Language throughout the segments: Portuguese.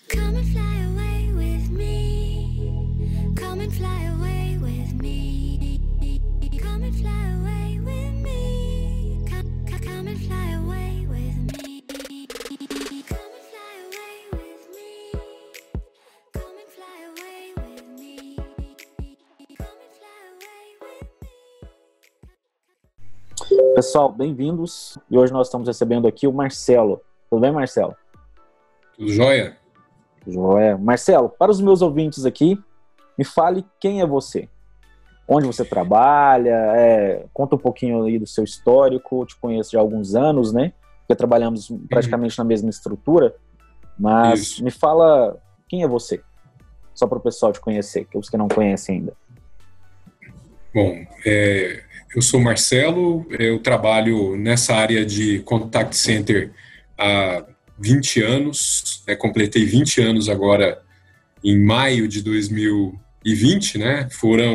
Come and fly away with me. Come and fly away with me. Come and fly away with me. Come and fly away with me. Come and fly away with me. Come and fly away with me. Come and fly away with me. Pessoal, bem-vindos. E hoje nós estamos recebendo aqui o Marcelo. Tudo bem, Marcelo? Tudo jóia? Joia. Marcelo, para os meus ouvintes aqui, me fale quem é você. Onde você trabalha, conta um pouquinho aí do seu histórico. Eu te conheço já há alguns anos, né? Porque trabalhamos praticamente na mesma estrutura. Mas Isso. me fala quem é você. Só para o pessoal te conhecer, que os que não conhecem ainda. Bom, eu sou Marcelo, eu trabalho nessa área de contact center há 20 anos, completei 20 anos agora em maio de 2020, né?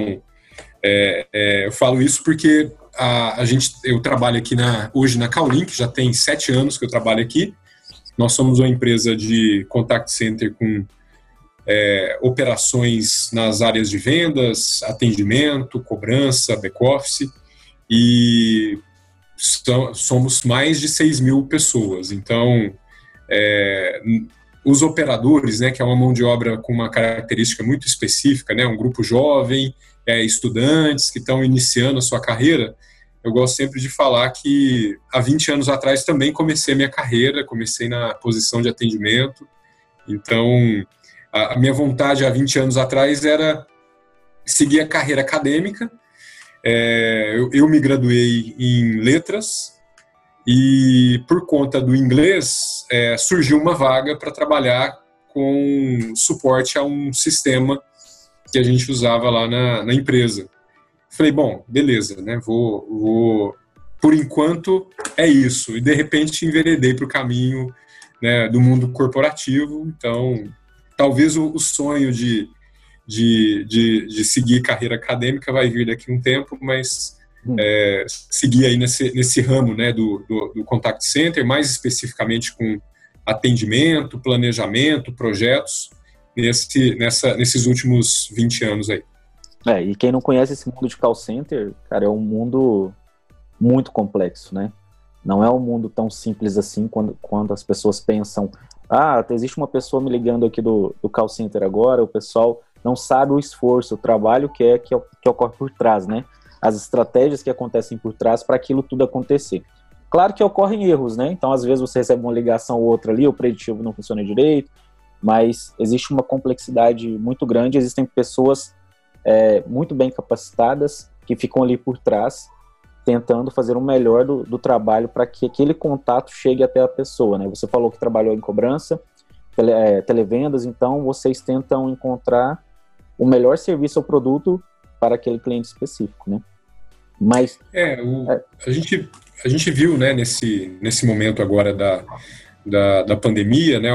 Eu falo isso porque eu trabalho aqui hoje na Callink, já tem 7 anos que eu trabalho aqui. Nós somos uma empresa de contact center com operações nas áreas de vendas, atendimento, cobrança, back-office, e somos mais de 6 mil pessoas. Então, os operadores, né, que é uma mão de obra com uma característica muito específica, né, um grupo jovem, estudantes que estão iniciando a sua carreira, eu gosto sempre de falar que há 20 anos atrás também comecei a minha carreira, comecei na posição de atendimento. Então, a minha vontade há 20 anos atrás era seguir a carreira acadêmica. Eu me graduei em letras e, por conta do inglês, surgiu uma vaga para trabalhar com suporte a um sistema que a gente usava lá na empresa. Falei, bom, beleza, né? Por enquanto é isso. E, de repente, enveredei para o caminho, né, do mundo corporativo. Então, talvez o sonho de seguir carreira acadêmica vai vir daqui a um tempo, mas seguir aí nesse ramo, né, do contact center, mais especificamente com atendimento, planejamento, projetos, nesses últimos 20 anos aí. E quem não conhece esse mundo de call center, cara, é um mundo muito complexo, né? Não é um mundo tão simples assim quando as pessoas pensam, existe uma pessoa me ligando aqui do call center agora, o pessoal não sabe o esforço, o trabalho que ocorre por trás, né? As estratégias que acontecem por trás para aquilo tudo acontecer. Claro que ocorrem erros, né? Então, às vezes, você recebe uma ligação ou outra ali, o preditivo não funciona direito, mas existe uma complexidade muito grande, existem pessoas muito bem capacitadas que ficam ali por trás, tentando fazer o melhor do trabalho para que aquele contato chegue até a pessoa, né? Você falou que trabalhou em cobrança, televendas, então vocês tentam encontrar o melhor serviço ou produto para aquele cliente específico, né? Mas a gente viu, né, nesse momento agora da pandemia, né,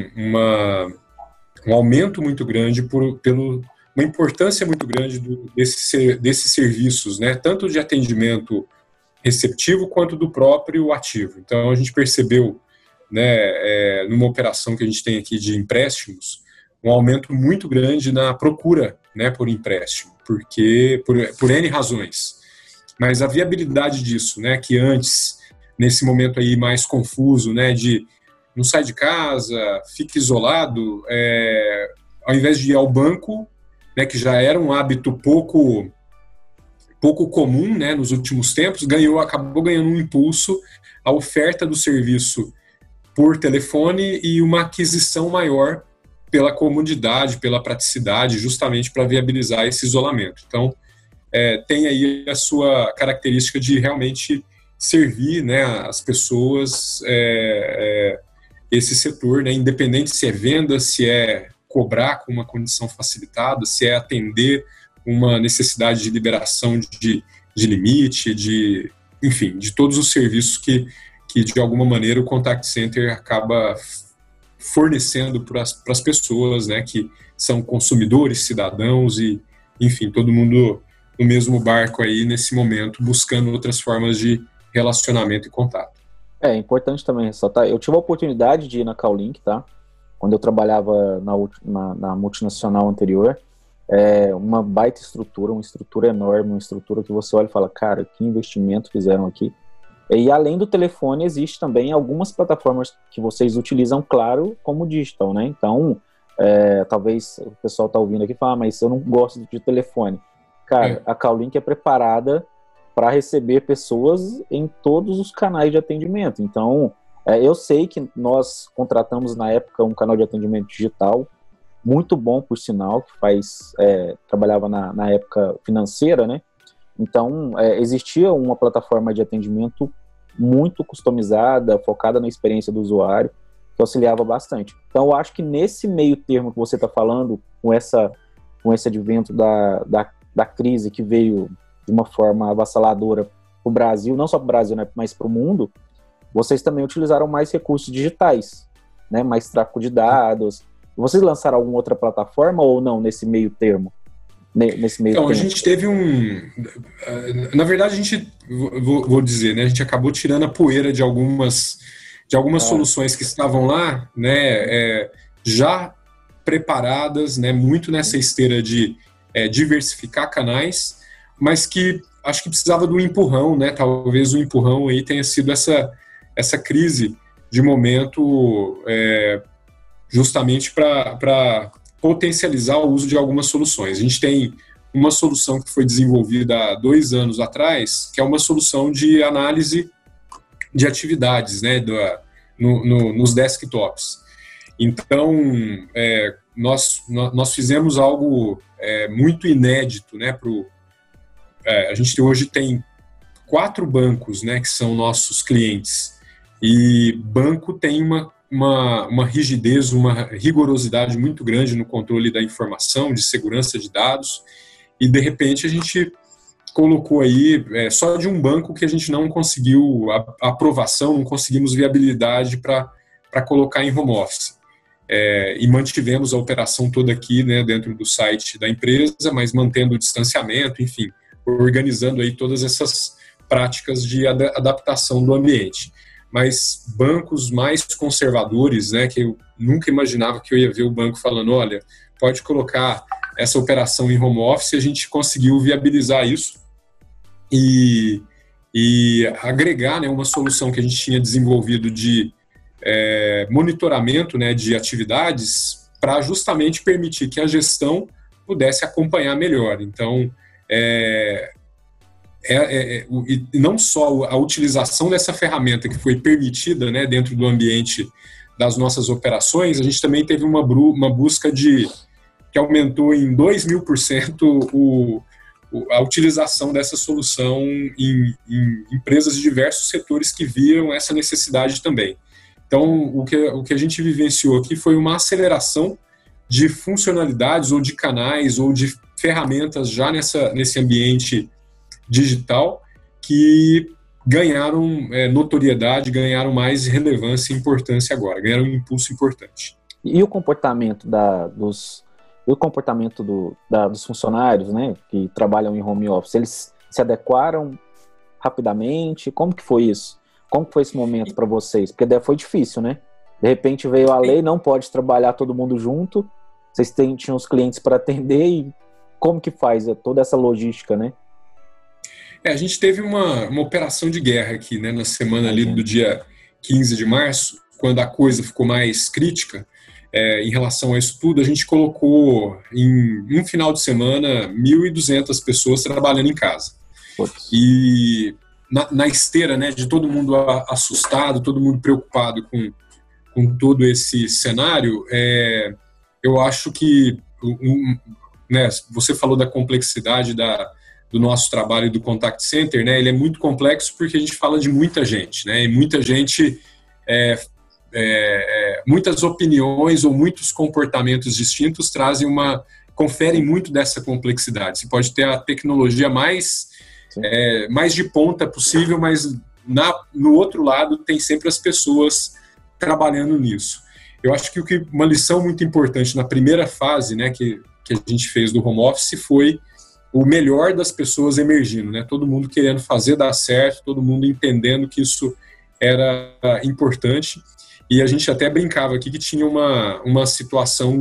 um aumento muito grande uma importância muito grande desses serviços, né, tanto de atendimento receptivo quanto do próprio ativo. Então a gente percebeu, né, numa operação que a gente tem aqui de empréstimos, um aumento muito grande na procura, né, por empréstimo, porque por N razões. Mas a viabilidade disso, né, que antes, nesse momento aí mais confuso, né, de não sai de casa, fica isolado, ao invés de ir ao banco, né, que já era um hábito pouco comum, né, nos últimos tempos, acabou ganhando um impulso a oferta do serviço por telefone e uma aquisição maior pela comodidade, pela praticidade, justamente para viabilizar esse isolamento. Então, tem aí a sua característica de realmente servir, né, as pessoas, esse setor, né, independente se é venda, se é cobrar com uma condição facilitada, se é atender uma necessidade de liberação de limite, enfim, de todos os serviços que de alguma maneira o contact center acaba fornecendo para as pessoas, né, que são consumidores, cidadãos e, enfim, todo mundo no mesmo barco aí nesse momento, buscando outras formas de relacionamento e contato. É importante também ressaltar, eu tive a oportunidade de ir na Callink, tá? quando eu trabalhava na multinacional anterior, uma baita estrutura, uma estrutura enorme, uma estrutura que você olha e fala, cara, que investimento fizeram aqui. E além do telefone, existe também algumas plataformas que vocês utilizam, claro, como digital, né? Então, talvez o pessoal tá ouvindo aqui e fala, mas eu não gosto de telefone. Cara, a Callink é preparada para receber pessoas em todos os canais de atendimento. Então, eu sei que nós contratamos na época um canal de atendimento digital, muito bom, por sinal, que trabalhava na época financeira, né? Então, existia uma plataforma de atendimento muito customizada, focada na experiência do usuário, que auxiliava bastante. Então, eu acho que nesse meio termo que você está falando, com esse advento da crise que veio de uma forma avassaladora para o Brasil, não só para o Brasil, né, mas para o mundo, vocês também utilizaram mais recursos digitais, né, mais tráfego de dados. Vocês lançaram alguma outra plataforma ou não nesse meio termo? Então, a gente teve na verdade, a gente, vou dizer, né, a gente acabou tirando a poeira de algumas soluções que estavam lá, né, já preparadas, né, muito nessa esteira de diversificar canais, mas que acho que precisava do empurrão, né, talvez o empurrão aí tenha sido essa crise de momento, justamente para potencializar o uso de algumas soluções. A gente tem uma solução que foi desenvolvida há 2 anos atrás, que é uma solução de análise de atividades, né, nos desktops. Então, nós fizemos algo muito inédito, né, a gente hoje tem 4 bancos, né, que são nossos clientes, e banco tem uma rigidez, uma rigorosidade muito grande no controle da informação, de segurança de dados, e de repente a gente colocou aí só de um banco que a gente não conseguiu a aprovação, não conseguimos viabilidade para colocar em home office. E mantivemos a operação toda aqui, né, dentro do site da empresa, mas mantendo o distanciamento, enfim, organizando aí todas essas práticas de adaptação do ambiente. Mas bancos mais conservadores, né, que eu nunca imaginava que eu ia ver o banco falando, olha, pode colocar essa operação em home office, a gente conseguiu viabilizar isso e agregar, né, uma solução que a gente tinha desenvolvido de monitoramento, né, de atividades para justamente permitir que a gestão pudesse acompanhar melhor. Então, e não só a utilização dessa ferramenta que foi permitida, né, dentro do ambiente das nossas operações, a gente também teve uma busca que aumentou em 2.000% a utilização dessa solução em empresas de diversos setores que viram essa necessidade também. Então, o que a gente vivenciou aqui foi uma aceleração de funcionalidades ou de canais ou de ferramentas já nesse ambiente digital que ganharam notoriedade, ganharam mais relevância e importância agora, ganharam um impulso importante. E o comportamento dos funcionários, né, que trabalham em home office, eles se adequaram rapidamente? Como que foi isso? Como que foi esse momento para vocês? Porque foi difícil, né? De repente veio a lei, não pode trabalhar todo mundo junto, vocês tinham os clientes para atender, e como que faz toda essa logística, né? A gente teve uma operação de guerra aqui, né, na semana ali do dia 15 de março, quando a coisa ficou mais crítica em relação a isso tudo. A gente colocou em um final de semana 1.200 pessoas trabalhando em casa. Putz. E na esteira, né, de todo mundo assustado, todo mundo preocupado com todo esse cenário, eu acho que né, você falou da complexidade do nosso trabalho do Contact Center, né? Ele é muito complexo porque a gente fala de muita gente, né? E muita gente, muitas opiniões ou muitos comportamentos distintos conferem muito dessa complexidade. Você pode ter a tecnologia mais de ponta possível, mas no outro lado tem sempre as pessoas trabalhando nisso. Eu acho que uma lição muito importante na primeira fase, né, que a gente fez do home office foi o melhor das pessoas emergindo, né? Todo mundo querendo fazer dar certo, todo mundo entendendo que isso era importante. e a gente até brincava aqui que tinha uma situação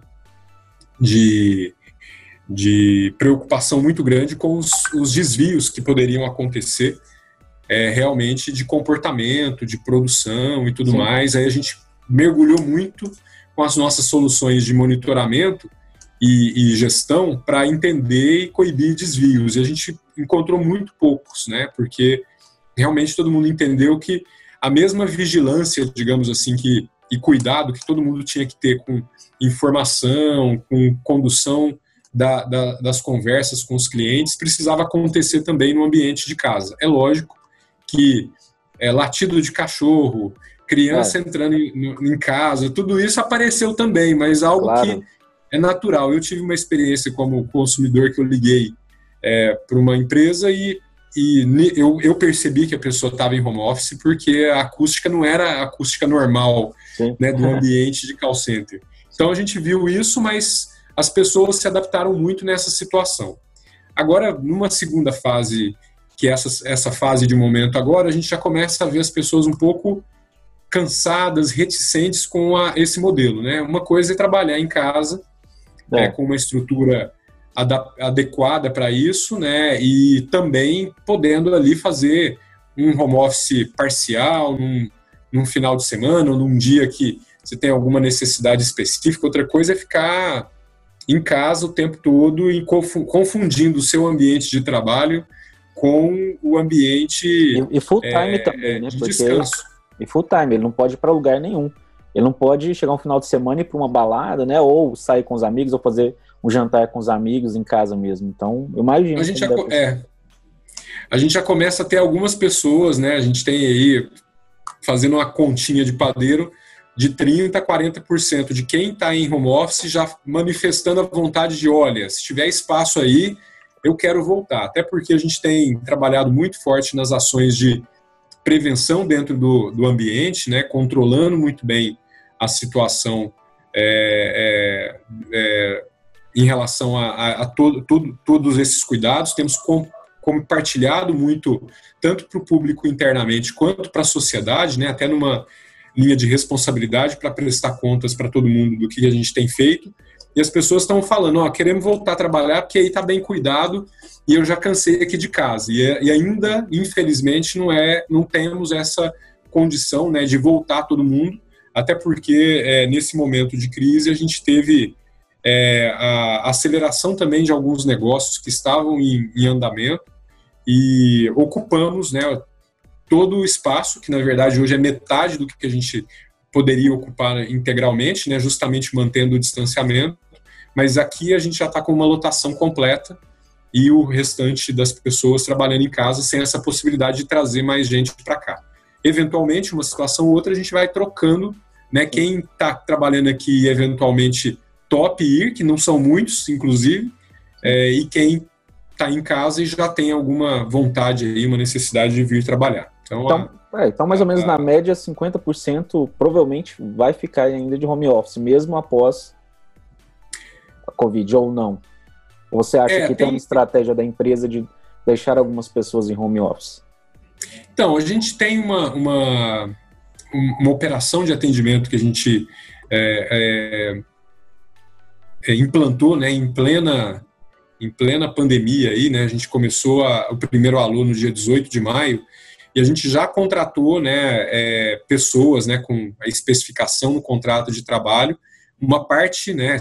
de preocupação muito grande com os desvios que poderiam acontecer realmente de comportamento, de produção e tudo mais. Aí a gente mergulhou muito com as nossas soluções de monitoramento e gestão para entender e coibir desvios. E a gente encontrou muito poucos, né? Porque realmente todo mundo entendeu que a mesma vigilância, digamos assim, e cuidado que todo mundo tinha que ter com informação, com condução das conversas com os clientes, precisava acontecer também no ambiente de casa. É lógico que latido de cachorro, criança entrando em casa, tudo isso apareceu também, mas algo que é natural. Eu tive uma experiência como consumidor que eu liguei para uma empresa e eu percebi que a pessoa estava em home office porque a acústica não era a acústica normal, né, do ambiente de call center. Então a gente viu isso, mas as pessoas se adaptaram muito nessa situação. Agora, numa segunda fase, que é essa fase de momento agora, a gente já começa a ver as pessoas um pouco cansadas, reticentes com esse modelo, né? Uma coisa é trabalhar em casa, com uma estrutura adequada para isso, né? E também podendo ali fazer um home office parcial, num final de semana, ou num dia que você tem alguma necessidade específica. Outra coisa é ficar em casa o tempo todo e confundindo o seu ambiente de trabalho com o ambiente e full time também, né? De descanso. E full time, ele não pode ir para lugar nenhum. Ele não pode chegar um final de semana e ir para uma balada, né? Ou sair com os amigos, ou fazer um jantar com os amigos em casa mesmo. Então, eu imagino. A gente já começa a ter algumas pessoas, né? A gente tem aí, fazendo uma continha de padeiro, de 30% a 40% de quem está em home office já manifestando a vontade de, olha, se tiver espaço aí, eu quero voltar. Até porque a gente tem trabalhado muito forte nas ações de prevenção dentro do ambiente, né, controlando muito bem a situação em relação a todos esses cuidados. Temos compartilhado muito, tanto para o público internamente, quanto para a sociedade, né, até numa linha de responsabilidade para prestar contas para todo mundo do que a gente tem feito. E as pessoas estão falando, queremos voltar a trabalhar porque aí está bem cuidado e eu já cansei aqui de casa. E ainda, infelizmente, não temos essa condição, né, de voltar todo mundo, até porque nesse momento de crise a gente teve a aceleração também de alguns negócios que estavam em andamento e ocupamos, né, todo o espaço, que na verdade hoje é metade do que a gente poderia ocupar integralmente, né, justamente mantendo o distanciamento, mas aqui a gente já está com uma lotação completa e o restante das pessoas trabalhando em casa sem essa possibilidade de trazer mais gente para cá. Eventualmente, uma situação ou outra, a gente vai trocando, né, quem está trabalhando aqui eventualmente top ir, que não são muitos, inclusive, e quem está em casa e já tem alguma vontade, aí, uma necessidade de vir trabalhar. Então mais ou menos na média, 50% provavelmente vai ficar ainda de home office, mesmo após a Covid, ou não? Ou você acha que tem uma estratégia da empresa de deixar algumas pessoas em home office? Então, a gente tem uma operação de atendimento que a gente implantou, né, em plena pandemia. Aí, né, a gente começou o primeiro alô no dia 18 de maio, e a gente já contratou, né, pessoas, né, com a especificação no contrato de trabalho, uma parte, né,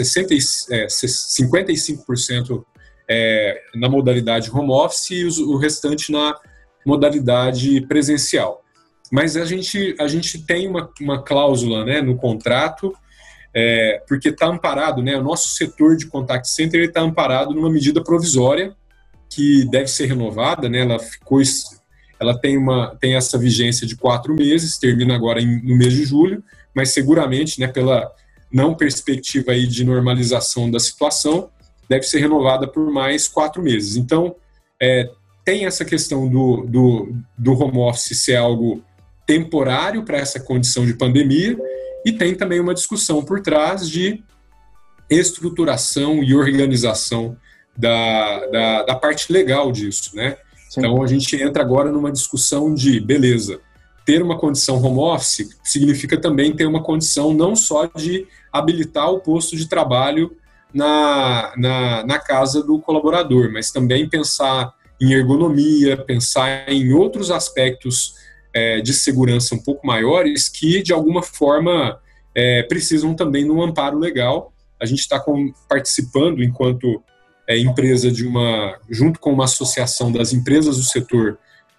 55% na modalidade home office e o restante na modalidade presencial. Mas a gente tem uma cláusula, né, no contrato, porque está amparado, né, o nosso setor de contact center está amparado numa medida provisória que deve ser renovada, né, ela tem essa vigência de 4 meses, termina agora no mês de julho, mas seguramente, né, pela não perspectiva aí de normalização da situação, deve ser renovada por mais 4 meses. Então, tem essa questão do home office ser algo temporário para essa condição de pandemia, e tem também uma discussão por trás de estruturação e organização da parte legal disso, né? Sim. Então, a gente entra agora numa discussão de, beleza, ter uma condição home office significa também ter uma condição não só de habilitar o posto de trabalho na casa do colaborador, mas também pensar em ergonomia, pensar em outros aspectos de segurança um pouco maiores que, de alguma forma, precisam também de um amparo legal. A gente está participando, enquanto empresa, junto com uma associação das empresas do setor,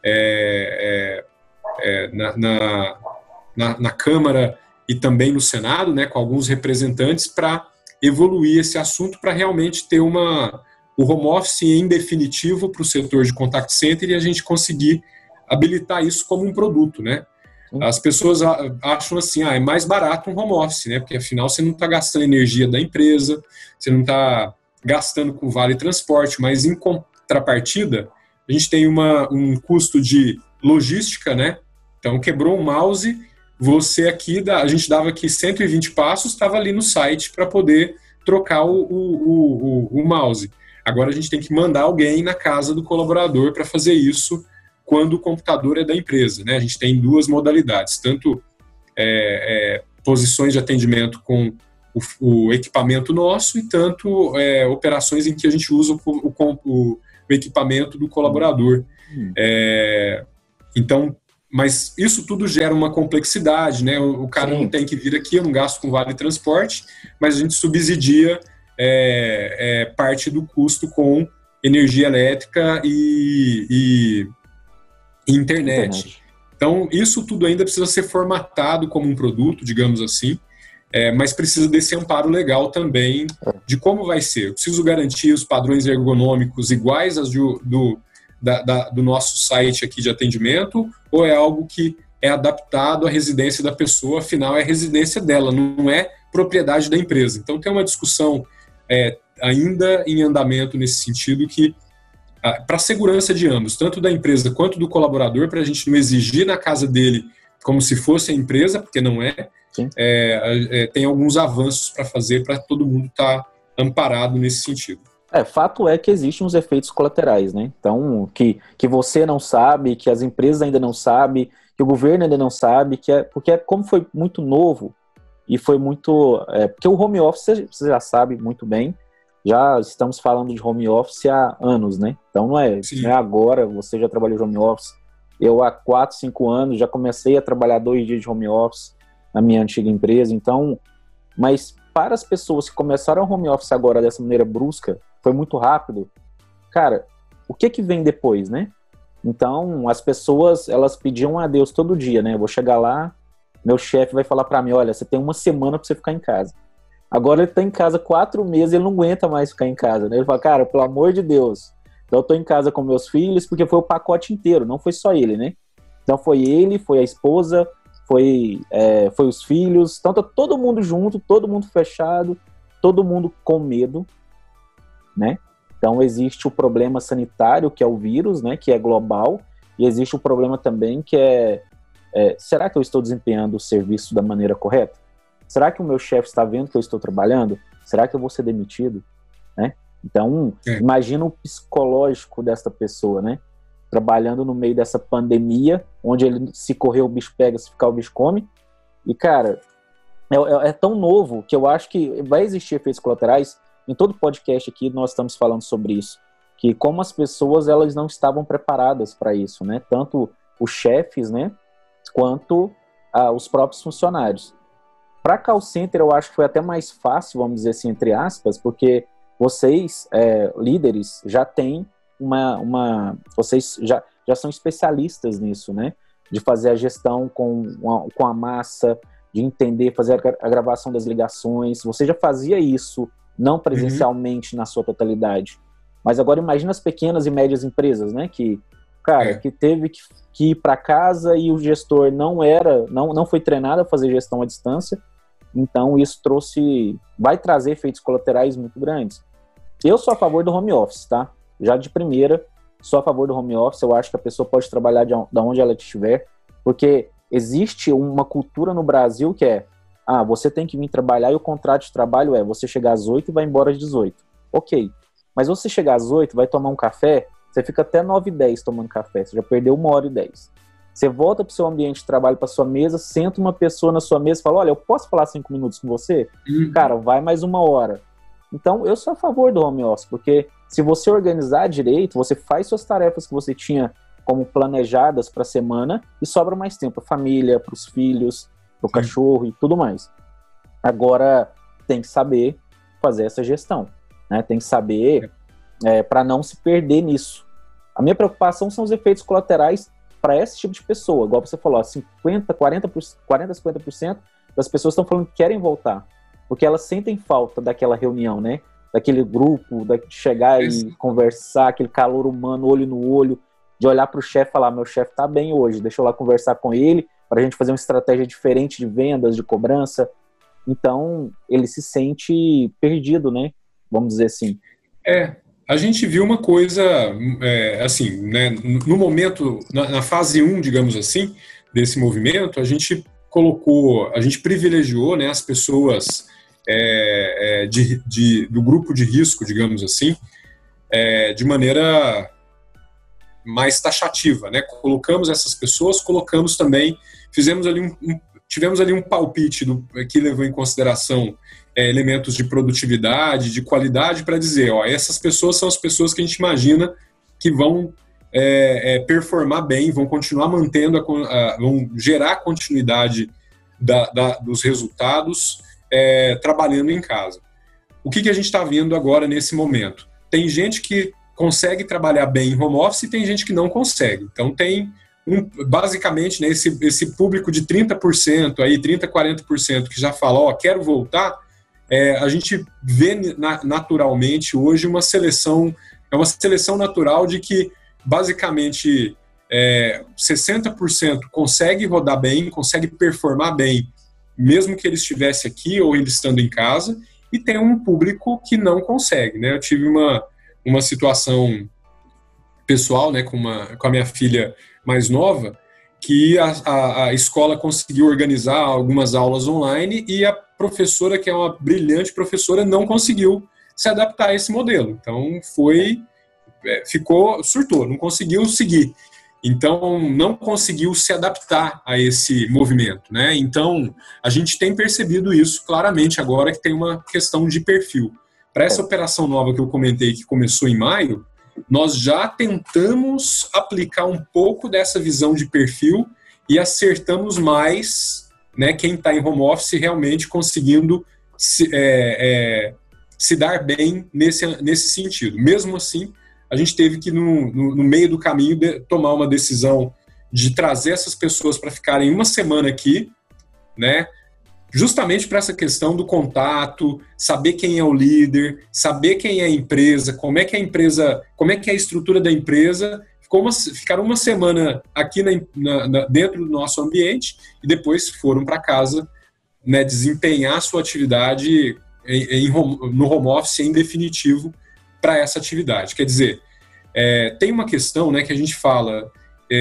na Câmara e também no Senado, né, com alguns representantes, para evoluir esse assunto, para realmente ter o home office em definitivo para o setor de contact center e a gente conseguir habilitar isso como um produto, né? As pessoas acham assim, é mais barato um home office, né? Porque afinal você não está gastando energia da empresa, você não está gastando com vale transporte, mas em contrapartida a gente tem um custo de logística, né? Então quebrou um mouse, você aqui, a gente dava aqui 120 passos, estava ali no site para poder trocar o mouse. Agora a gente tem que mandar alguém na casa do colaborador para fazer isso quando o computador é da empresa, né? A gente tem duas modalidades, tanto posições de atendimento com o equipamento nosso e tanto operações em que a gente usa o equipamento do colaborador. Então, mas isso tudo gera uma complexidade, né? O cara não tem que vir aqui, eu não gasto com vale transporte, mas a gente subsidia parte do custo com energia elétrica e internet. Então, isso tudo ainda precisa ser formatado como um produto, digamos assim, mas precisa desse amparo legal também de como vai ser. Eu preciso garantir os padrões ergonômicos iguais aos do nosso site aqui de atendimento, ou é algo que é adaptado à residência da pessoa, afinal é a residência dela, não é propriedade da empresa. Então tem uma discussão ainda em andamento nesse sentido que, para a segurança de ambos, tanto da empresa quanto do colaborador, para a gente não exigir na casa dele como se fosse a empresa, porque não é, tem alguns avanços para fazer para todo mundo estar amparado nesse sentido. Fato é que existem os efeitos colaterais, né? Então, que você não sabe, que as empresas ainda não sabem, que o governo ainda não sabe, porque como foi muito novo e foi muito... porque o home office, você já sabe muito bem, já estamos falando de home office há anos, né? Então não é agora, você já trabalhou de home office. Eu há 4, 5 anos já comecei a trabalhar 2 dias de home office na minha antiga empresa, então... Mas para as pessoas que começaram o home office agora dessa maneira brusca, foi muito rápido, cara, o que vem depois, né? Então, as pessoas, elas pediam a Deus todo dia, né? Eu vou chegar lá, meu chefe vai falar pra mim, olha, você tem 1 semana pra você ficar em casa. Agora ele tá em casa 4 meses, ele não aguenta mais ficar em casa, né? Ele fala, cara, pelo amor de Deus, então eu tô em casa com meus filhos, porque foi o pacote inteiro, não foi só ele, né? Então foi ele, foi a esposa, foi os filhos, então tá todo mundo junto, todo mundo fechado, todo mundo com medo, né? Então existe o problema sanitário, que é o vírus, né, que é global, e existe o problema também que será que eu estou desempenhando o serviço da maneira correta? Será que o meu chefe está vendo que eu estou trabalhando? Será que eu vou ser demitido? Né? Então, imagina o psicológico desta pessoa, né? Trabalhando no meio dessa pandemia, onde ele se correr o bicho pega, se ficar o bicho come, e cara, é tão novo que eu acho que vai existir efeitos colaterais. Em todo podcast aqui nós estamos falando sobre isso, que como as pessoas elas não estavam preparadas para isso, né? Tanto os chefes, né, quanto os próprios funcionários. Para call center eu acho que foi até mais fácil, vamos dizer assim, entre aspas, porque vocês, líderes, já têm vocês já são especialistas nisso, né? De fazer a gestão com a massa, de entender, fazer a gravação das ligações. Você já fazia isso, não presencialmente na sua totalidade. Mas agora imagina as pequenas e médias empresas, né? Que teve que ir para casa e o gestor não foi treinado a fazer gestão à distância. Então isso vai trazer efeitos colaterais muito grandes. Eu sou a favor do home office, tá? Já de primeira, sou a favor do home office. Eu acho que a pessoa pode trabalhar de onde ela estiver, porque existe uma cultura no Brasil que você tem que vir trabalhar e o contrato de trabalho você chegar às 8 e vai embora às 18. Ok, mas você chegar às 8, vai tomar um café, você fica até 9h10 tomando café, você já perdeu 1h10. Você volta para o seu ambiente de trabalho, para sua mesa, senta uma pessoa na sua mesa e fala, olha, eu posso falar 5 minutos com você? Cara, vai mais 1 hora. Então, eu sou a favor do home office, porque se você organizar direito, você faz suas tarefas que você tinha como planejadas para a semana e sobra mais tempo para a família, para os filhos, para o cachorro e tudo mais. Agora, tem que saber fazer essa gestão, né? Tem que saber para não se perder nisso. A minha preocupação são os efeitos colaterais para esse tipo de pessoa. Igual você falou, 50% das pessoas estão falando que querem voltar, porque elas sentem falta daquela reunião, né? Daquele grupo, de chegar e conversar, aquele calor humano, olho no olho, de olhar para o chefe e falar, meu chefe tá bem hoje, deixa eu lá conversar com ele, para a gente fazer uma estratégia diferente de vendas, de cobrança. Então, ele se sente perdido, né? Vamos dizer assim. A gente viu uma coisa, assim, né, no momento, na fase 1, digamos assim, desse movimento, a gente privilegiou, né, as pessoas do grupo de risco, digamos assim, de maneira mais taxativa, né? Colocamos essas pessoas, fizemos ali tivemos ali um palpite que levou em consideração elementos de produtividade, de qualidade, para dizer, essas pessoas são as pessoas que a gente imagina que vão performar bem, vão continuar mantendo, vão gerar continuidade dos resultados trabalhando em casa. O que a gente está vendo agora nesse momento? Tem gente que consegue trabalhar bem em home office e tem gente que não consegue. Então tem basicamente, né, esse público de 30%, 40% que já fala, quero voltar, a gente vê naturalmente hoje uma seleção natural de que basicamente 60% consegue rodar bem, consegue performar bem, mesmo que ele estivesse aqui ou ele estando em casa, e tem um público que não consegue, né? Eu tive uma situação pessoal, né, com a minha filha mais nova, que a escola conseguiu organizar algumas aulas online e a professora, que é uma brilhante professora, não conseguiu se adaptar a esse modelo. Então surtou, não conseguiu seguir. Então não conseguiu se adaptar a esse movimento, né? Então a gente tem percebido isso claramente agora, que tem uma questão de perfil. Para essa operação nova que eu comentei, que começou em maio, nós já tentamos aplicar um pouco dessa visão de perfil e acertamos mais, né, quem está em home office realmente conseguindo se dar bem nesse sentido. Mesmo assim, a gente teve que, no meio do caminho, tomar uma decisão de trazer essas pessoas para ficarem uma semana aqui, né, justamente para essa questão do contato, saber quem é o líder, saber quem é a empresa, como é que é a estrutura da empresa. Ficaram uma semana aqui dentro do nosso ambiente e depois foram para casa, né, desempenhar a sua atividade no home office em definitivo para essa atividade. Quer dizer, tem uma questão, né, que a gente fala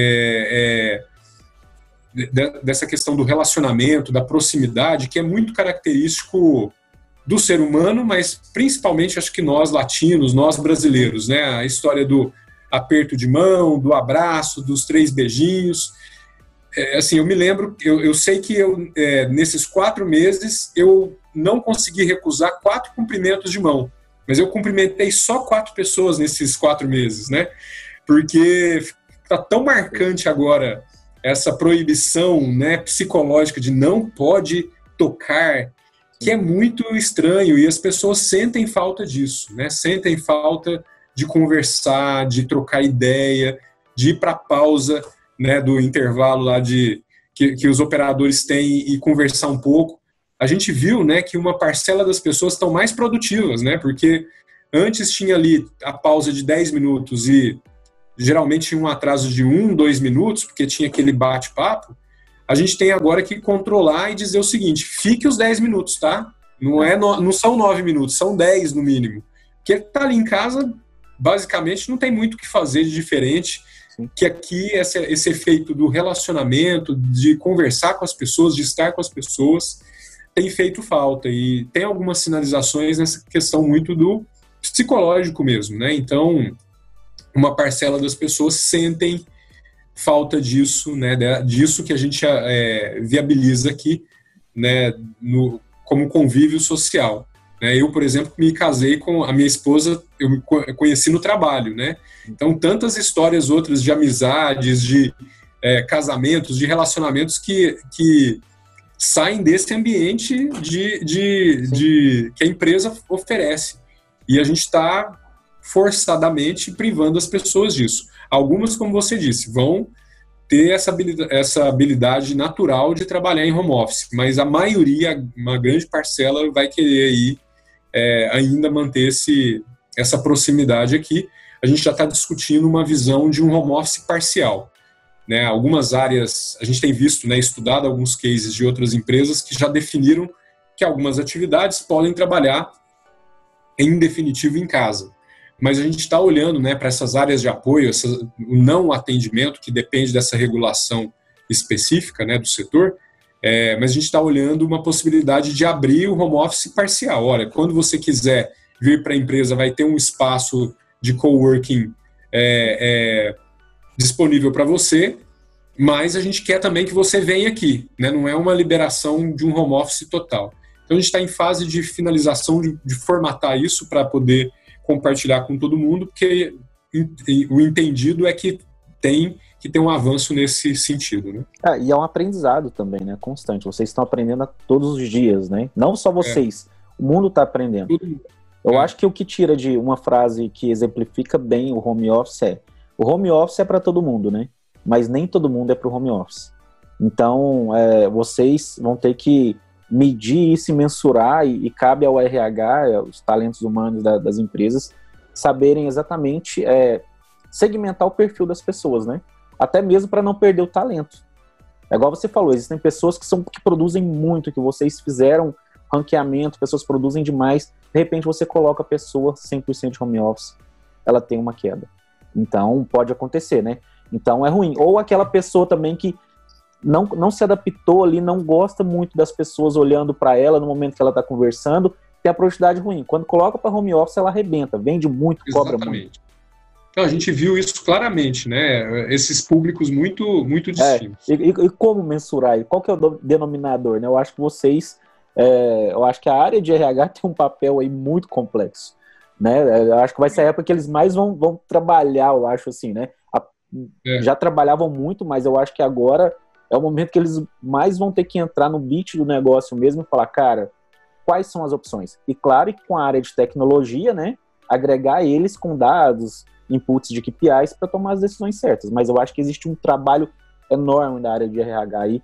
dessa questão do relacionamento, da proximidade, que é muito característico do ser humano, mas principalmente acho que nós latinos, nós brasileiros, né? A história do aperto de mão, do abraço, dos 3 beijinhos. Assim, eu me lembro, eu sei que nesses 4 meses eu não consegui recusar 4 cumprimentos de mão, mas eu cumprimentei só 4 pessoas nesses 4 meses, né? Porque está tão marcante agora essa proibição, né, psicológica de não pode tocar, que é muito estranho, e as pessoas sentem falta disso, né? Sentem falta de conversar, de trocar ideia, de ir para a pausa, né, do intervalo lá que os operadores têm e conversar um pouco. A gente viu, né, que uma parcela das pessoas estão mais produtivas, né? Porque antes tinha ali a pausa de 10 minutos e geralmente tinha um atraso de 1, 2 minutos, porque tinha aquele bate-papo. A gente tem agora que controlar e dizer o seguinte: fique os 10 minutos, tá? Não são 9 minutos, são 10 no mínimo. Porque tá ali em casa, basicamente não tem muito o que fazer de diferente. Sim. Que aqui esse efeito do relacionamento, de conversar com as pessoas, de estar com as pessoas, tem feito falta. E tem algumas sinalizações nessa questão muito do psicológico mesmo, né? Então, uma parcela das pessoas sentem falta disso, né, disso que a gente viabiliza aqui, né, como convívio social. Né? Eu, por exemplo, me casei com a minha esposa, eu me conheci no trabalho, né? Então, tantas histórias outras de amizades, de casamentos, de relacionamentos que saem desse ambiente que a empresa oferece. E a gente está forçadamente privando as pessoas disso. Algumas, como você disse, vão ter essa habilidade natural de trabalhar em home office, mas a maioria, uma grande parcela, vai querer aí, ainda manter essa proximidade aqui. A gente já está discutindo uma visão de um home office parcial. Né? Algumas áreas, a gente tem visto, né, estudado alguns cases de outras empresas que já definiram que algumas atividades podem trabalhar em definitivo em casa. Mas a gente está olhando, né, para essas áreas de apoio, o não atendimento, que depende dessa regulação específica, né, do setor, mas a gente está olhando uma possibilidade de abrir o home office parcial. Olha, quando você quiser vir para a empresa, vai ter um espaço de coworking disponível para você, mas a gente quer também que você venha aqui, né? Não é uma liberação de um home office total. Então a gente está em fase de finalização de formatar isso para poder compartilhar com todo mundo, porque o entendido é que tem que ter um avanço nesse sentido, né? E é um aprendizado também, né? Constante. Vocês estão aprendendo todos os dias, né? Não só vocês, o mundo está aprendendo. Eu acho que o que tira de uma frase que exemplifica bem o home office o home office é para todo mundo, né? Mas nem todo mundo é para o home office. Então, vocês vão ter que medir isso e mensurar, e cabe ao RH, os talentos humanos das empresas, saberem exatamente segmentar o perfil das pessoas, né? Até mesmo para não perder o talento. É igual você falou, existem pessoas que produzem muito, que vocês fizeram ranqueamento, pessoas produzem demais, de repente você coloca a pessoa 100% de home office, ela tem uma queda. Então, pode acontecer, né? Então, é ruim. Ou aquela pessoa também que não se adaptou ali, não gosta muito das pessoas olhando para ela no momento que ela está conversando, tem a produtividade ruim. Quando coloca para home office, ela arrebenta, vende muito, cobra muito. Então, a gente viu isso claramente, né? Esses públicos muito, muito distintos. E como mensurar? Qual que é o denominador, né? Eu acho que vocês... eu acho que a área de RH tem um papel aí muito complexo. Né? Eu acho que vai ser a época que eles mais vão trabalhar, eu acho assim, né? Já trabalhavam muito, mas eu acho que agora é o momento que eles mais vão ter que entrar no beat do negócio mesmo e falar, cara, quais são as opções? E claro que com a área de tecnologia, né? Agregar eles com dados, inputs de KPIs para tomar as decisões certas. Mas eu acho que existe um trabalho enorme da área de RH aí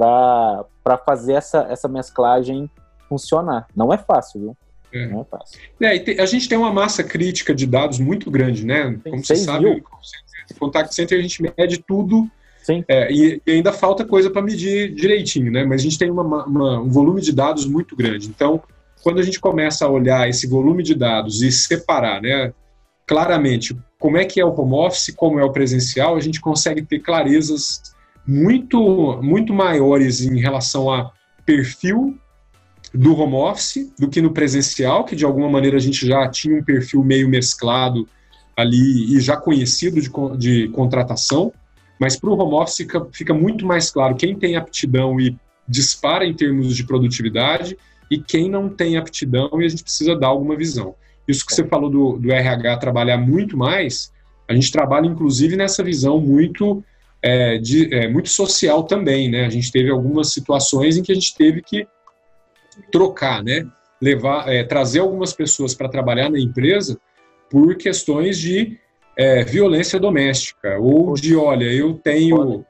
para fazer essa mesclagem funcionar. Não é fácil, viu? Não é fácil. A gente tem uma massa crítica de dados muito grande, né? Como você sabe, no Contact Center a gente mede tudo. Sim. E ainda falta coisa para medir direitinho, né? Mas a gente tem um volume de dados muito grande. Então, quando a gente começa a olhar esse volume de dados e separar, né, claramente como é que é o home office, como é o presencial, a gente consegue ter clarezas muito, muito maiores em relação a perfil do home office do que no presencial, que de alguma maneira a gente já tinha um perfil meio mesclado ali e já conhecido de contratação, mas para o home office fica muito mais claro quem tem aptidão e dispara em termos de produtividade e quem não tem aptidão e a gente precisa dar alguma visão. Isso que você falou do RH trabalhar muito mais, a gente trabalha inclusive nessa visão muito, muito social também, né? A gente teve algumas situações em que a gente teve que trocar, né? Trazer algumas pessoas para trabalhar na empresa por questões de violência doméstica, ou de, olha, eu tenho...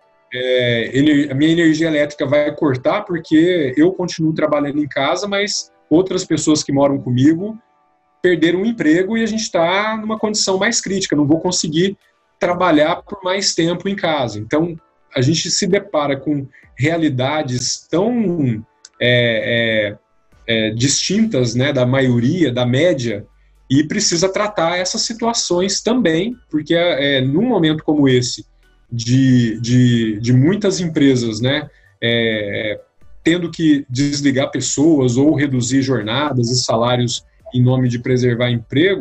a minha energia elétrica vai cortar porque eu continuo trabalhando em casa, mas outras pessoas que moram comigo perderam o emprego e a gente está numa condição mais crítica, não vou conseguir trabalhar por mais tempo em casa. Então, a gente se depara com realidades tão distintas, né, da maioria, da média, e precisa tratar essas situações também, porque num momento como esse, de muitas empresas, né, tendo que desligar pessoas ou reduzir jornadas e salários em nome de preservar emprego,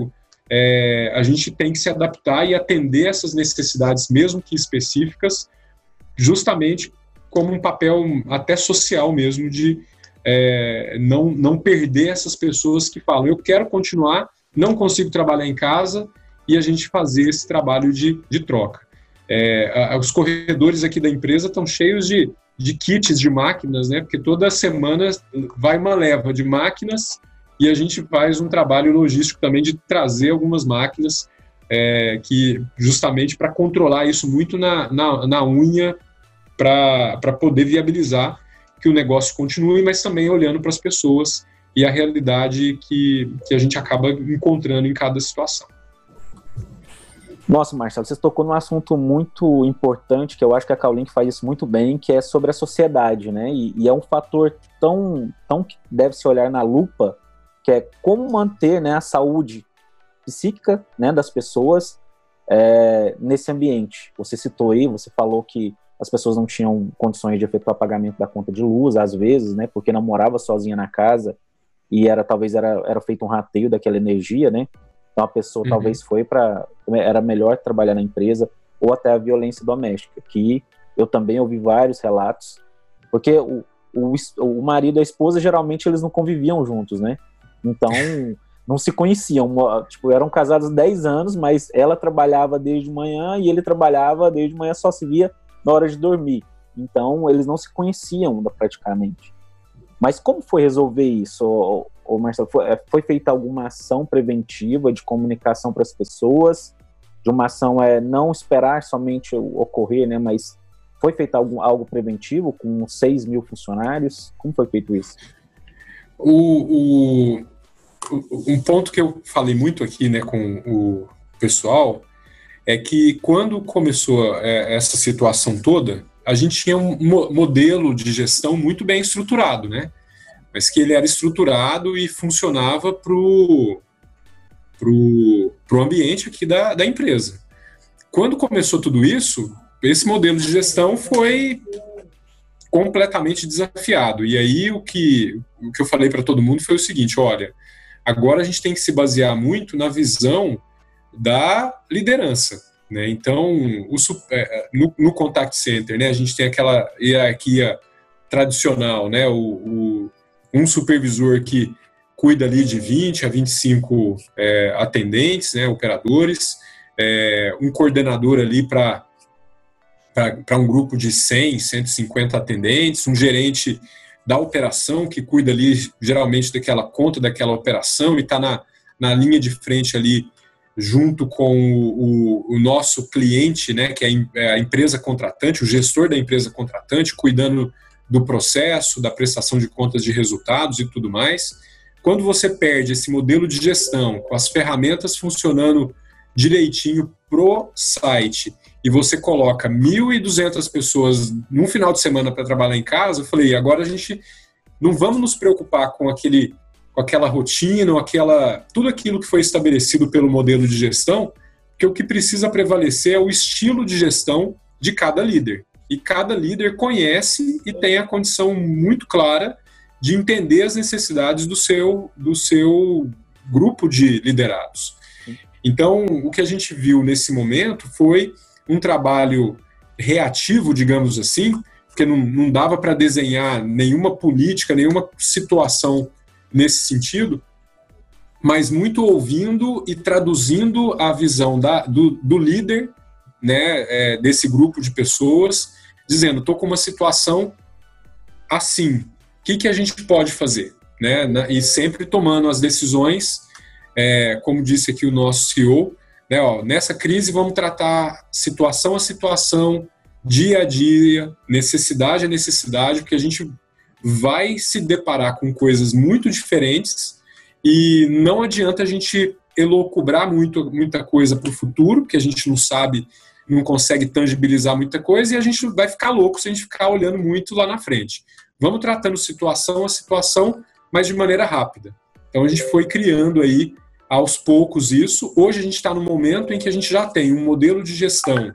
a gente tem que se adaptar e atender essas necessidades, mesmo que específicas, justamente como um papel até social mesmo, de não perder essas pessoas que falam, eu quero continuar, não consigo trabalhar em casa, e a gente fazer esse trabalho de troca. Os corredores aqui da empresa estão cheios de kits de máquinas, né? Porque toda semana vai uma leva de máquinas e a gente faz um trabalho logístico também de trazer algumas máquinas que justamente para controlar isso muito na unha, para poder viabilizar que o negócio continue, mas também olhando para as pessoas e a realidade que a gente acaba encontrando em cada situação. Nossa, Marcelo, você tocou num assunto muito importante, que eu acho que a Cowlink faz isso muito bem, que é sobre a sociedade, né? E é um fator tão que deve se olhar na lupa, que é como manter, né, a saúde psíquica, né, das pessoas nesse ambiente. Você citou aí, você falou que as pessoas não tinham condições de efetuar pagamento da conta de luz, às vezes, né, porque não morava sozinha na casa e talvez era feito um rateio daquela energia, né? Então a pessoa talvez era melhor trabalhar na empresa, ou até a violência doméstica, que eu também ouvi vários relatos, porque o marido e a esposa, geralmente, eles não conviviam juntos, né? Então, não se conheciam, tipo, eram casados 10 anos, mas ela trabalhava desde manhã e ele trabalhava desde manhã, só se via na hora de dormir. Então, eles não se conheciam praticamente. Mas como foi resolver isso, Marcelo? Foi feita alguma ação preventiva de comunicação para as pessoas? De uma ação não esperar somente ocorrer, né? Mas foi feito algo preventivo com 6 mil funcionários? Como foi feito isso? Um ponto que eu falei muito aqui, né, com o pessoal é que quando começou essa situação toda, a gente tinha um modelo de gestão muito bem estruturado, né? Mas que ele era estruturado e funcionava pro ambiente aqui da empresa. Quando começou tudo isso, esse modelo de gestão foi completamente desafiado. E aí o que eu falei para todo mundo foi o seguinte: olha, agora a gente tem que se basear muito na visão da liderança, né? Então, no contact center, né, a gente tem aquela hierarquia tradicional, né? Um supervisor que cuida ali de 20 a 25 atendentes, né, operadores, um coordenador ali para um grupo de 100, 150 atendentes, um gerente da operação que cuida ali geralmente daquela conta, daquela operação e está na linha de frente ali junto com o nosso cliente, né, que é a empresa contratante, o gestor da empresa contratante, cuidando do processo, da prestação de contas de resultados e tudo mais. Quando você perde esse modelo de gestão, com as ferramentas funcionando direitinho pro site, e você coloca 1.200 pessoas num final de semana para trabalhar em casa, eu falei, agora a gente não vamos nos preocupar com aquela rotina, tudo aquilo que foi estabelecido pelo modelo de gestão, porque o que precisa prevalecer é o estilo de gestão de cada líder. E cada líder conhece e tem a condição muito clara de entender as necessidades do seu grupo de liderados. Então, o que a gente viu nesse momento foi um trabalho reativo, digamos assim, porque não dava para desenhar nenhuma política, nenhuma situação nesse sentido, mas muito ouvindo e traduzindo a visão do líder, né, desse grupo de pessoas, dizendo, estou com uma situação assim, o que a gente pode fazer? Né? E sempre tomando as decisões, como disse aqui o nosso CEO, né, nessa crise vamos tratar situação a situação, dia a dia, necessidade a necessidade, porque a gente vai se deparar com coisas muito diferentes e não adianta a gente elocubrar muita coisa para o futuro, porque a gente não sabe, não consegue tangibilizar muita coisa e a gente vai ficar louco se a gente ficar olhando muito lá na frente. Vamos tratando situação a situação, mas de maneira rápida. Então a gente foi criando aí aos poucos isso. Hoje a gente está no momento em que a gente já tem um modelo de gestão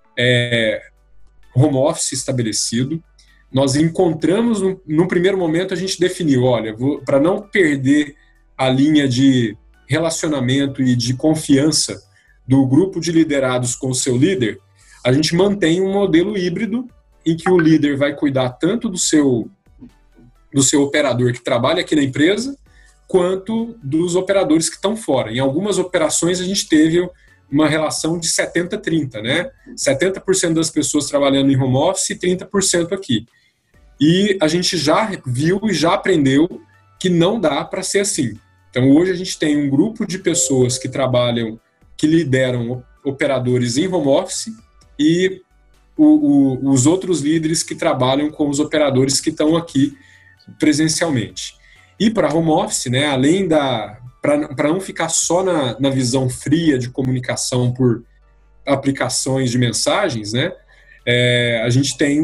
home office estabelecido. Nós encontramos, num primeiro momento, a gente definiu, olha, para não perder a linha de relacionamento e de confiança do grupo de liderados com o seu líder, a gente mantém um modelo híbrido em que o líder vai cuidar tanto do seu operador que trabalha aqui na empresa, quanto dos operadores que estão fora. Em algumas operações a gente teve uma relação de 70-30, né? 70% das pessoas trabalhando em home office e 30% aqui. E a gente já viu e já aprendeu que não dá para ser assim. Então hoje a gente tem um grupo de pessoas que trabalham, que lideram operadores em home office e os outros líderes que trabalham com os operadores que estão aqui presencialmente. E para home office, né, além para não ficar só na visão fria de comunicação por aplicações de mensagens, né, a gente tem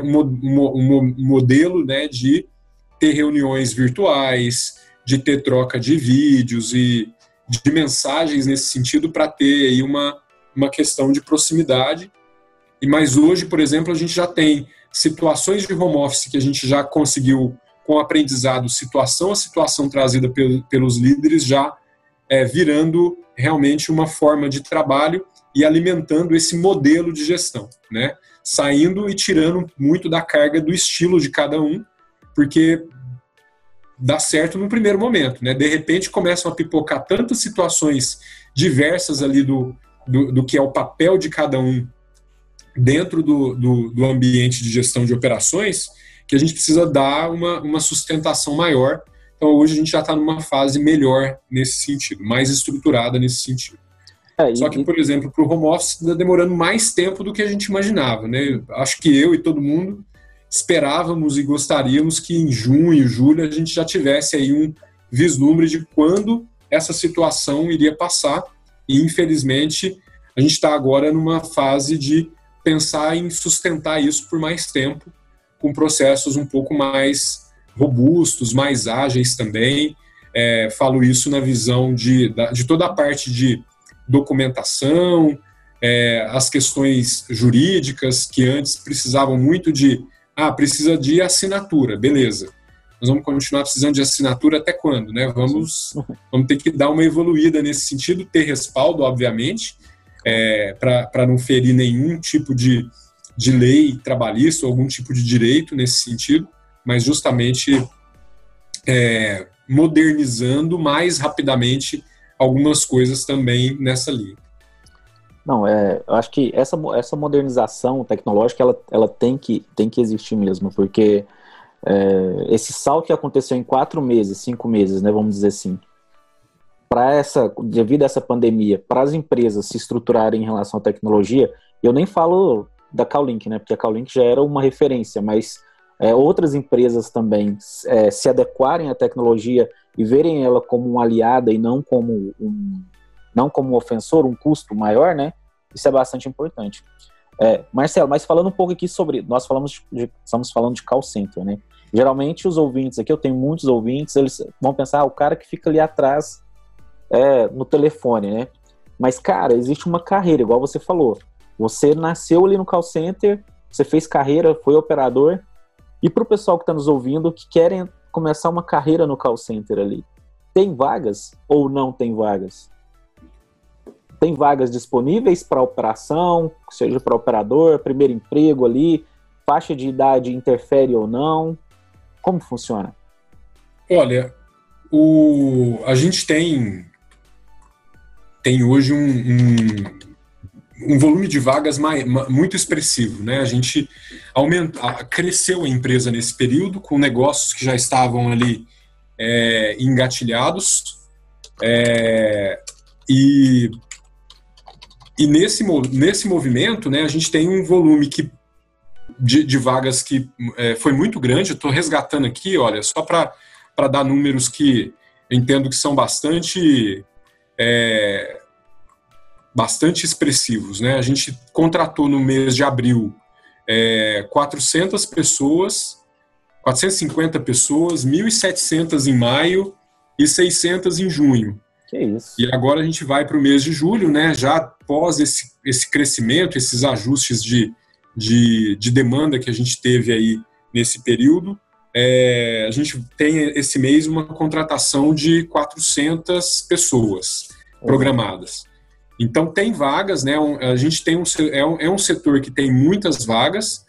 um modelo, né, de ter reuniões virtuais, de ter troca de vídeos e de mensagens nesse sentido para ter aí uma questão de proximidade. Mas hoje, por exemplo, a gente já tem situações de home office que a gente já conseguiu, com o aprendizado, situação a situação trazida pelos líderes, já virando realmente uma forma de trabalho e alimentando esse modelo de gestão, né? Saindo e tirando muito da carga do estilo de cada um, porque dá certo no primeiro momento, né? De repente começam a pipocar tantas situações diversas ali do que é o papel de cada um dentro do ambiente de gestão de operações, que a gente precisa dar uma sustentação maior. Então hoje a gente já está numa fase melhor nesse sentido, mais estruturada nesse sentido. Só que, por exemplo, para o home office está demorando mais tempo do que a gente imaginava, né? Acho que eu e todo mundo esperávamos e gostaríamos que em junho, julho, a gente já tivesse aí um vislumbre de quando essa situação iria passar. E, infelizmente, a gente está agora numa fase de pensar em sustentar isso por mais tempo, com processos um pouco mais robustos, mais ágeis também. Falo isso na visão de toda a parte de documentação, as questões jurídicas, que antes precisavam muito precisa de assinatura, beleza. Nós vamos continuar precisando de assinatura até quando, né? Vamos ter que dar uma evoluída nesse sentido, ter respaldo, obviamente, para não ferir nenhum tipo de lei trabalhista ou algum tipo de direito nesse sentido, mas justamente modernizando mais rapidamente algumas coisas também nessa linha. Não, eu acho que essa modernização tecnológica ela tem que existir mesmo, porque esse salto que aconteceu em 4 meses, 5 meses, né, vamos dizer assim, devido a essa pandemia, para as empresas se estruturarem em relação à tecnologia, eu nem falo da Callink, né, porque a Callink já era uma referência, mas outras empresas também se adequarem à tecnologia e verem ela como uma aliada e não como um ofensor, um custo maior, né? Isso é bastante importante. Marcelo, mas falando um pouco aqui sobre... Nós estamos falando de call center, né? Geralmente os ouvintes aqui, eu tenho muitos ouvintes, eles vão pensar, o cara que fica ali atrás no telefone, né? Mas, cara, existe uma carreira, igual você falou. Você nasceu ali no call center, você fez carreira, foi operador. E para o pessoal que está nos ouvindo, que querem começar uma carreira no call center ali, tem vagas ou não tem vagas? Tem vagas disponíveis para operação, seja para operador, primeiro emprego ali, faixa de idade interfere ou não? Como funciona? Olha, a gente tem hoje um volume de vagas muito expressivo, né? A gente cresceu a empresa nesse período com negócios que já estavam ali engatilhados e nesse movimento, né, a gente tem um volume de vagas que foi muito grande. Eu estou resgatando aqui, olha, só para dar números que eu entendo que são bastante expressivos, né? A gente contratou no mês de abril 450 pessoas, 1.700 em maio e 600 em junho. Que isso. E agora a gente vai para o mês de julho, né? Já após esse crescimento, esses ajustes de demanda que a gente teve aí nesse período, a gente tem esse mês uma contratação de 400 pessoas programadas. Então tem vagas, né? A gente tem um setor que tem muitas vagas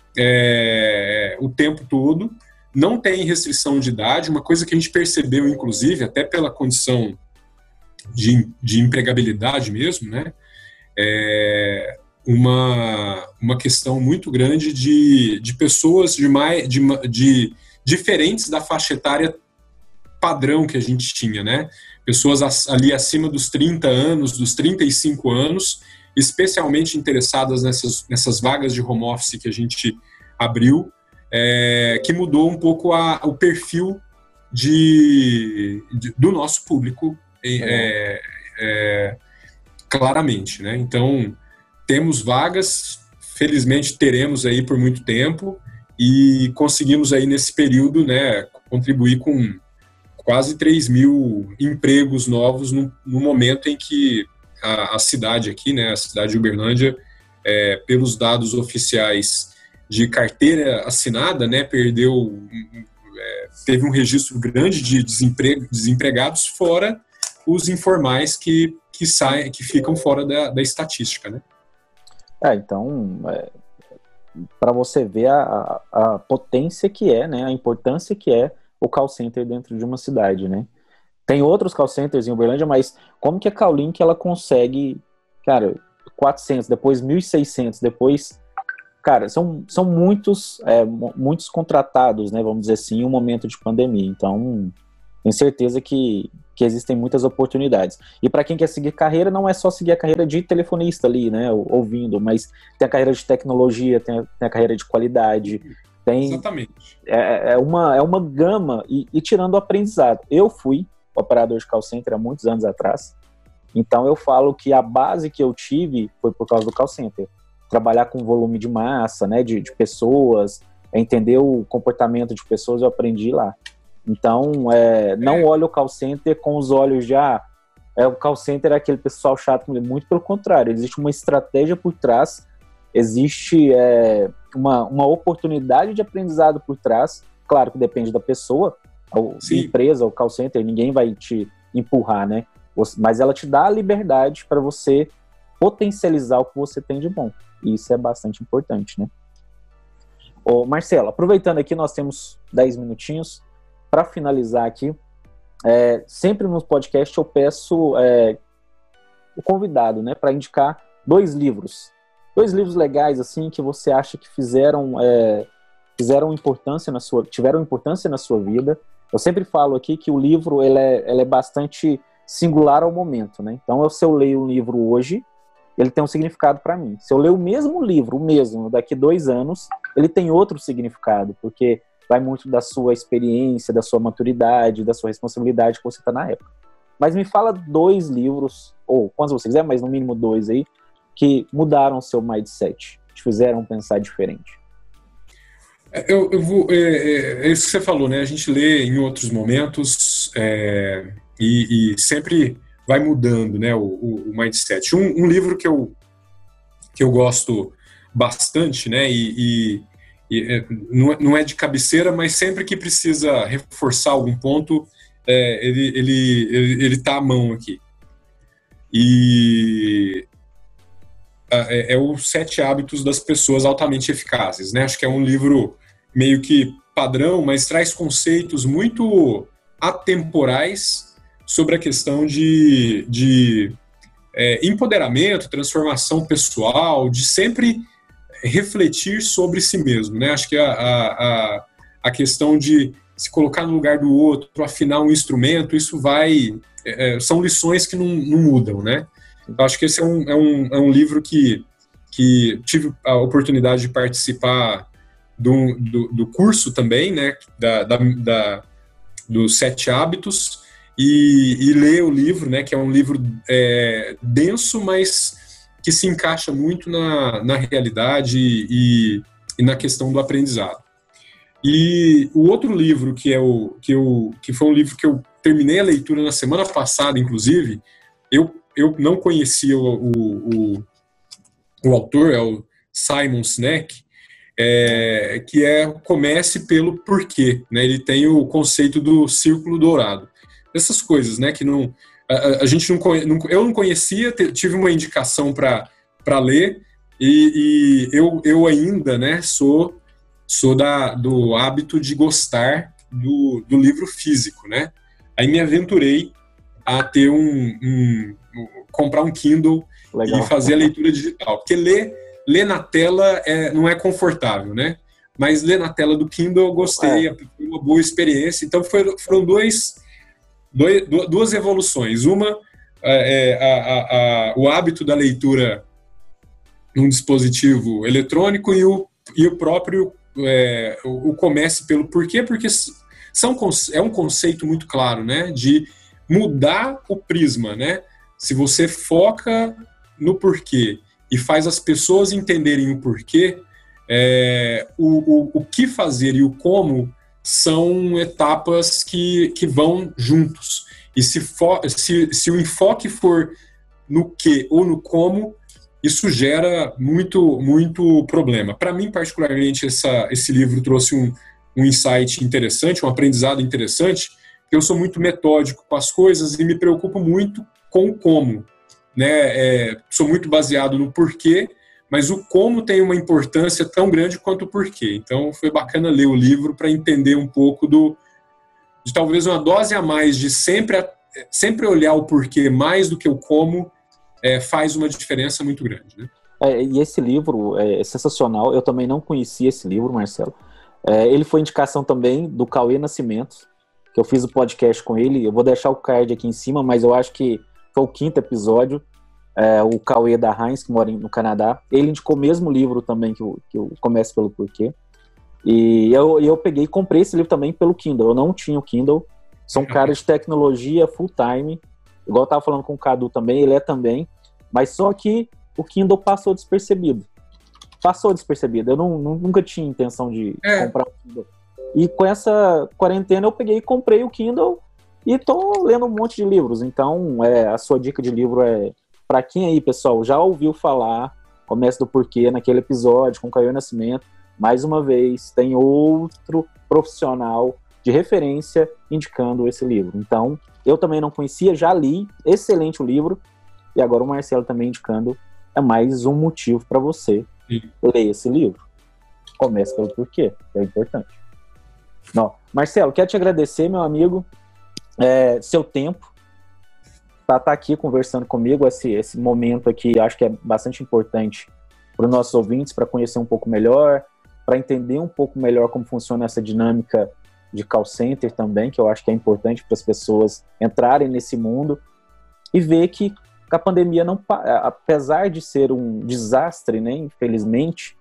o tempo todo, não tem restrição de idade, uma coisa que a gente percebeu, inclusive, até pela condição de empregabilidade mesmo, né? Uma questão muito grande de pessoas de diferentes da faixa etária padrão que a gente tinha, né? Pessoas ali acima dos 30 anos, dos 35 anos, especialmente interessadas nessas vagas de home office que a gente abriu, que mudou um pouco o perfil do nosso público, claramente, né? Então, temos vagas, felizmente teremos aí por muito tempo, e conseguimos aí nesse período, né, contribuir com quase 3 mil empregos novos no momento em que a cidade aqui, né, a cidade de Uberlândia, pelos dados oficiais de carteira assinada, né, teve um registro grande de desempregados, fora os informais que ficam fora da estatística, né? Então, para você ver a potência que é, né, a importância que é o call center dentro de uma cidade, né? Tem outros call centers em Uberlândia, mas como que a Callink ela consegue, cara, 400, depois 1.600, depois, cara, são muitos contratados, né, vamos dizer assim, em um momento de pandemia. Então, tenho certeza que existem muitas oportunidades. E para quem quer seguir carreira, não é só seguir a carreira de telefonista ali, né, ouvindo, mas tem a carreira de tecnologia, tem a carreira de qualidade, tem... Exatamente. É uma gama, e tirando o aprendizado. Eu fui operador de call center há muitos anos atrás, então eu falo que a base que eu tive foi por causa do call center. Trabalhar com volume de massa, né, de pessoas, entender o comportamento de pessoas, eu aprendi lá. Então, não olhe o call center com os olhos de, o call center é aquele pessoal chato, muito pelo contrário, existe uma estratégia por trás, existe uma oportunidade de aprendizado por trás, claro que depende da pessoa, a empresa, o call center, ninguém vai te empurrar, né? Mas ela te dá a liberdade para você potencializar o que você tem de bom, e isso é bastante importante, né? Ô, Marcelo, aproveitando aqui, nós temos 10 minutinhos, para finalizar aqui, sempre no podcast eu peço o convidado, né, para indicar 2 livros legais assim que você acha que tiveram importância na sua vida. Eu sempre falo aqui que o livro ele é bastante singular ao momento, né? Então, se eu leio um livro hoje, ele tem um significado para mim. Se eu ler o mesmo livro, daqui 2 anos, ele tem outro significado, porque vai muito da sua experiência, da sua maturidade, da sua responsabilidade que você está na época. Mas me fala 2 livros, ou quantos você quiser, mas no mínimo 2 aí, que mudaram o seu mindset, te fizeram pensar diferente. É isso que você falou, né? A gente lê em outros momentos e sempre vai mudando, né, o mindset. Um livro que eu gosto bastante, né, não é de cabeceira, mas sempre que precisa reforçar algum ponto, ele tá à mão aqui. E os 7 Hábitos das Pessoas Altamente Eficazes, né? Acho que é um livro meio que padrão, mas traz conceitos muito atemporais sobre a questão de empoderamento, transformação pessoal, de sempre refletir sobre si mesmo, né? Acho que a questão de se colocar no lugar do outro, afinar um instrumento, isso são lições que não mudam, né? Eu acho que esse é um livro que tive a oportunidade de participar do curso também, né? Dos 7 Hábitos, e ler o livro, né? Que é um livro denso, mas que se encaixa muito na realidade e na questão do aprendizado. E o outro livro que foi um livro que eu terminei a leitura na semana passada, inclusive, eu não conhecia o autor, é o Simon Sinek, comece pelo porquê, né? Ele tem o conceito do círculo dourado. Essas coisas, né, que a gente eu não conhecia, tive uma indicação para ler, e eu ainda, né, sou do hábito de gostar do livro físico, né? Aí me aventurei a ter comprar um Kindle. Legal. E fazer a leitura digital, porque ler na tela não é confortável, né? Mas ler na tela do Kindle eu gostei, foi uma boa experiência. Então foram duas evoluções. Uma, o hábito da leitura num dispositivo eletrônico e o próprio o comece pelo porquê, porque é um conceito muito claro, né? De mudar o prisma, né? Se você foca no porquê e faz as pessoas entenderem o porquê, o que fazer e o como são etapas que vão juntos. E se o enfoque for no que ou no como, isso gera muito, muito problema. Para mim, particularmente, esse livro trouxe um insight interessante, um aprendizado interessante, porque eu sou muito metódico com as coisas e me preocupo muito com o como. Né? Sou muito baseado no porquê, mas o como tem uma importância tão grande quanto o porquê. Então foi bacana ler o livro para entender um pouco de talvez uma dose a mais de sempre olhar o porquê mais do que o como, faz uma diferença muito grande. Né? E esse livro é sensacional. Eu também não conhecia esse livro, Marcelo. Ele foi indicação também do Cauê Nascimento, que eu fiz o podcast com ele. Eu vou deixar o card aqui em cima, mas eu acho que foi o 5º episódio. O Cauê da Heinz, que mora no Canadá, ele indicou o mesmo livro também que eu Comece pelo Porquê. E eu peguei e comprei esse livro também pelo Kindle. Eu não tinha o Kindle. Sou um cara de tecnologia full time. Igual eu estava falando com o Cadu também, ele também. Mas só que o Kindle passou despercebido. Eu nunca tinha intenção de comprar um Kindle. E com essa quarentena eu peguei e comprei o Kindle e tô lendo um monte de livros. Então, a sua dica de livro para quem aí, pessoal, já ouviu falar Comece do Porquê naquele episódio com o Cauê Nascimento, mais uma vez, tem outro profissional de referência indicando esse livro. Então, eu também não conhecia, já li, excelente o livro, e agora o Marcelo também indicando, é mais um motivo para você ler esse livro. Comece pelo porquê, é importante. Não. Marcelo, quero te agradecer, meu amigo, seu tempo, para estar aqui conversando comigo, esse momento aqui, acho que é bastante importante para os nossos ouvintes, para conhecer um pouco melhor, para entender um pouco melhor como funciona essa dinâmica de call center também, que eu acho que é importante para as pessoas entrarem nesse mundo e ver que a pandemia, apesar de ser um desastre, né, infelizmente,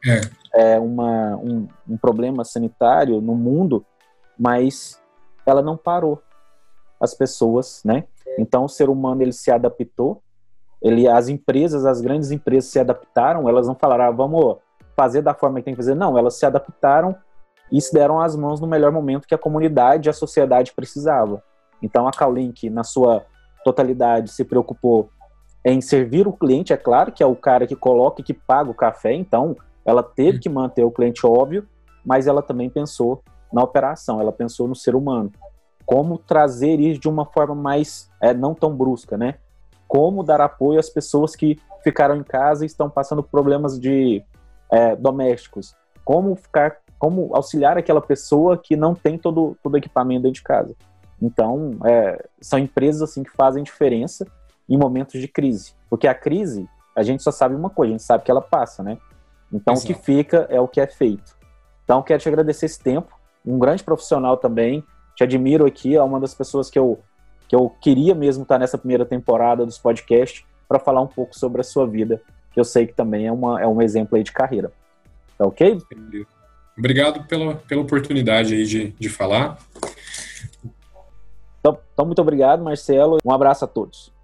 um problema sanitário no mundo, mas ela não parou as pessoas, né? Então o ser humano ele se adaptou, as grandes empresas se adaptaram, elas não falaram, vamos fazer da forma que tem que fazer, não, elas se adaptaram e se deram as mãos no melhor momento que a comunidade e a sociedade precisava. Então a Callink, na sua totalidade, se preocupou em servir o cliente, é claro que é o cara que coloca e que paga o café, então ela teve que manter o cliente, óbvio, mas ela também pensou na operação, ela pensou no ser humano. Como trazer isso de uma forma mais, não tão brusca, né? Como dar apoio às pessoas que ficaram em casa e estão passando problemas domésticos. Como auxiliar aquela pessoa que não tem todo o equipamento dentro de casa. Então, são empresas assim, que fazem diferença em momentos de crise. Porque a crise, a gente só sabe uma coisa, a gente sabe que ela passa, né? Então, Exato. O que fica é o que é feito. Então, quero te agradecer esse tempo. Um grande profissional também. Te admiro aqui, é uma das pessoas que eu queria mesmo estar nessa primeira temporada dos podcasts para falar um pouco sobre a sua vida, que eu sei que também é um exemplo aí de carreira. Tá ok? Obrigado pela oportunidade aí de falar. Então, muito obrigado, Marcelo. Um abraço a todos.